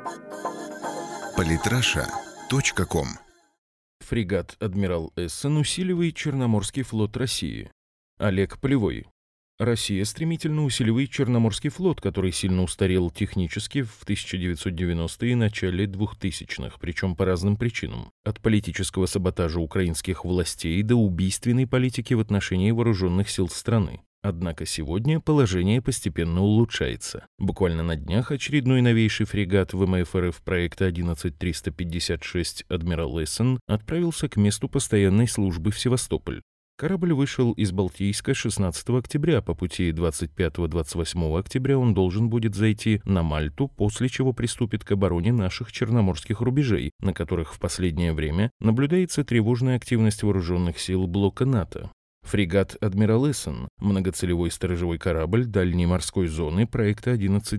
Политраша.ком. Фрегат «Адмирал Эссен» усиливает Черноморский флот России. Олег Полевой. Россия стремительно усиливает Черноморский флот, который сильно устарел технически в 1990-е и начале 2000-х, причем по разным причинам. От политического саботажа украинских властей до убийственной политики в отношении вооруженных сил страны. Однако сегодня положение постепенно улучшается. Буквально на днях очередной новейший фрегат ВМФ РФ проекта 11356 «Адмирал Эссен» отправился к месту постоянной службы в Севастополь. Корабль вышел из Балтийска 16 октября. По пути 25-28 октября он должен будет зайти на Мальту, после чего приступит к обороне наших черноморских рубежей, на которых в последнее время наблюдается тревожная активность вооруженных сил блока НАТО. Фрегат «Адмирал Эссен» – многоцелевой сторожевой корабль дальней морской зоны проекта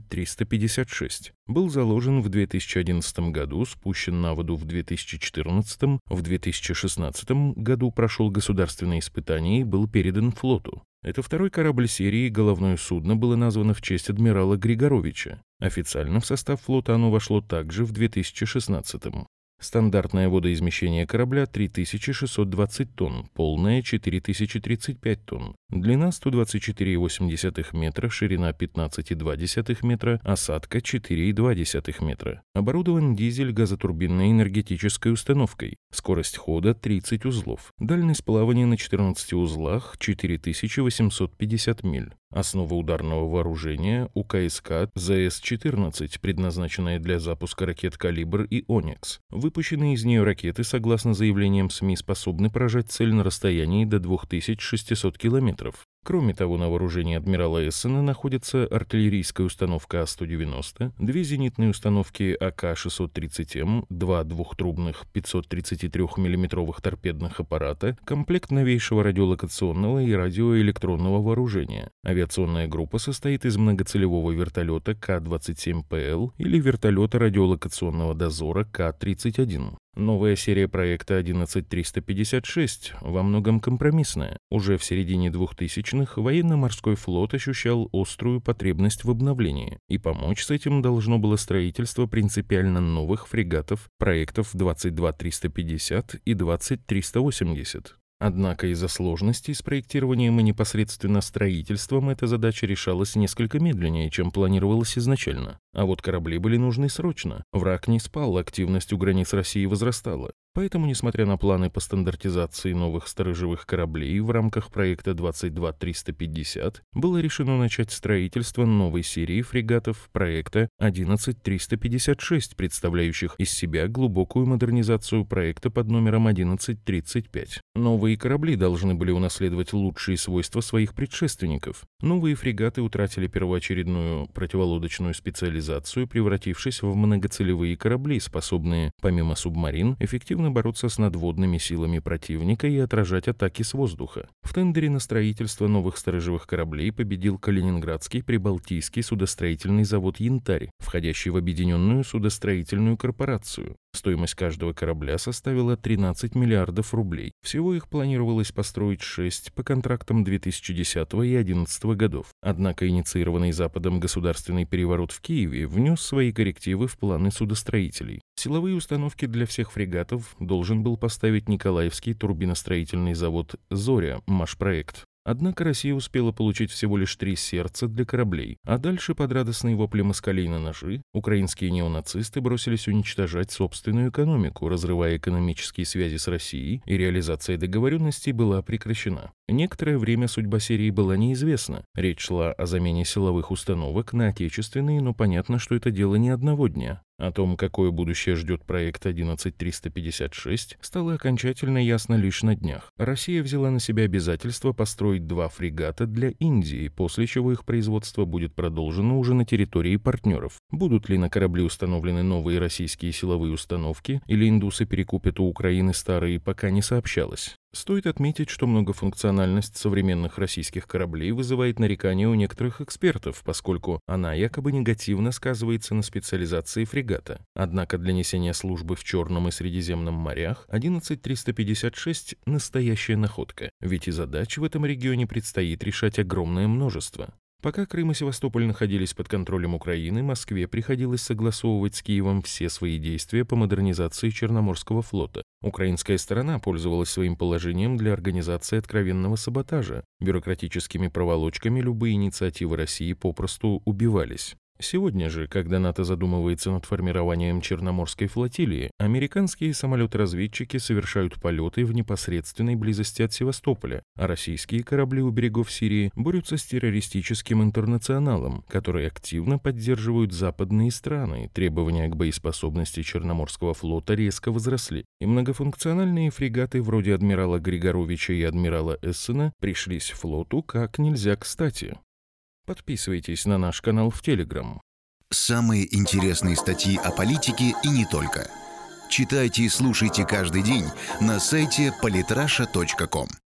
11356. Был заложен в 2011 году, спущен на воду в 2014, в 2016 году прошел государственные испытания и был передан флоту. Это второй корабль серии, головное судно было названо в честь адмирала Григоровича. Официально в состав флота оно вошло также в 2016. Стандартное водоизмещение корабля 3620 тонн, полное 4035 тонн. Длина 124,8 метра, ширина 15,2 метра, осадка 4,2 метра. Оборудован дизель-газотурбинной энергетической установкой. Скорость хода 30 узлов. Дальность плавания на 14 узлах 4850 миль. Основа ударного вооружения УКСК ЗС-14, предназначенная для запуска ракет «Калибр» и «Оникс». Выпущенные из нее ракеты, согласно заявлениям СМИ, способны поражать цель на расстоянии до 2600 километров. Кроме того, на вооружении «Адмирала Эссена» находится артиллерийская установка А-190, две зенитные установки АК-630М, два двухтрубных 533 мм торпедных аппарата, комплект новейшего радиолокационного и радиоэлектронного вооружения. Авиационная группа состоит из многоцелевого вертолета К-27ПЛ или вертолета радиолокационного дозора К-31. Новая серия проекта 11356 во многом компромиссная. Уже в середине 2000-х военно-морской флот ощущал острую потребность в обновлении, и помочь с этим должно было строительство принципиально новых фрегатов проектов 22350 и 20380. Однако из-за сложностей с проектированием и непосредственно строительством эта задача решалась несколько медленнее, чем планировалось изначально. А вот корабли были нужны срочно. Враг не спал, активность у границ России возрастала. Поэтому, несмотря на планы по стандартизации новых сторожевых кораблей в рамках проекта 22350, было решено начать строительство новой серии фрегатов проекта 11356, представляющих из себя глубокую модернизацию проекта под номером 1135. Новые корабли должны были унаследовать лучшие свойства своих предшественников. Новые фрегаты утратили первоочередную противолодочную специализацию, превратившись в многоцелевые корабли, способные, помимо субмарин, эффективно бороться с надводными силами противника и отражать атаки с воздуха. В тендере на строительство новых сторожевых кораблей победил Калининградский Прибалтийский судостроительный завод «Янтарь», входящий в объединенную судостроительную корпорацию. Стоимость каждого корабля составила 13 миллиардов рублей. Всего их планировалось построить 6 по контрактам 2010 и 2011 годов. Однако инициированный Западом государственный переворот в Киеве внес свои коррективы в планы судостроителей. Силовые установки для всех фрегатов должен был поставить Николаевский турбиностроительный завод «Зоря» Машпроект. Однако Россия успела получить всего лишь 3 сердца для кораблей, а дальше под радостные вопли москалей на ножи украинские неонацисты бросились уничтожать собственную экономику, разрывая экономические связи с Россией, и реализация договоренностей была прекращена. Некоторое время судьба серии была неизвестна. Речь шла о замене силовых установок на отечественные, но понятно, что это дело не одного дня. О том, какое будущее ждет проект 11356, стало окончательно ясно лишь на днях. Россия взяла на себя обязательство построить 2 фрегата для Индии, после чего их производство будет продолжено уже на территории партнеров. Будут ли на корабле установлены новые российские силовые установки, или индусы перекупят у Украины старые, пока не сообщалось. Стоит отметить, что многофункциональность современных российских кораблей вызывает нарекания у некоторых экспертов, поскольку она якобы негативно сказывается на специализации фрегата. Однако для несения службы в Черном и Средиземном морях 11356 – настоящая находка, ведь и задач в этом регионе предстоит решать огромное множество. Пока Крым и Севастополь находились под контролем Украины, Москве приходилось согласовывать с Киевом все свои действия по модернизации Черноморского флота. Украинская сторона пользовалась своим положением для организации откровенного саботажа. Бюрократическими проволочками любые инициативы России попросту убивались. Сегодня же, когда НАТО задумывается над формированием Черноморской флотилии, американские самолеты-разведчики совершают полеты в непосредственной близости от Севастополя, а российские корабли у берегов Сирии борются с террористическим интернационалом, который активно поддерживают западные страны. Требования к боеспособности Черноморского флота резко возросли, и многофункциональные фрегаты вроде адмирала Григоровича и адмирала Эссена пришлись флоту как нельзя кстати. Подписывайтесь на наш канал в Telegram. Самые интересные статьи о политике и не только. Читайте и слушайте каждый день на сайте polytrasha.com.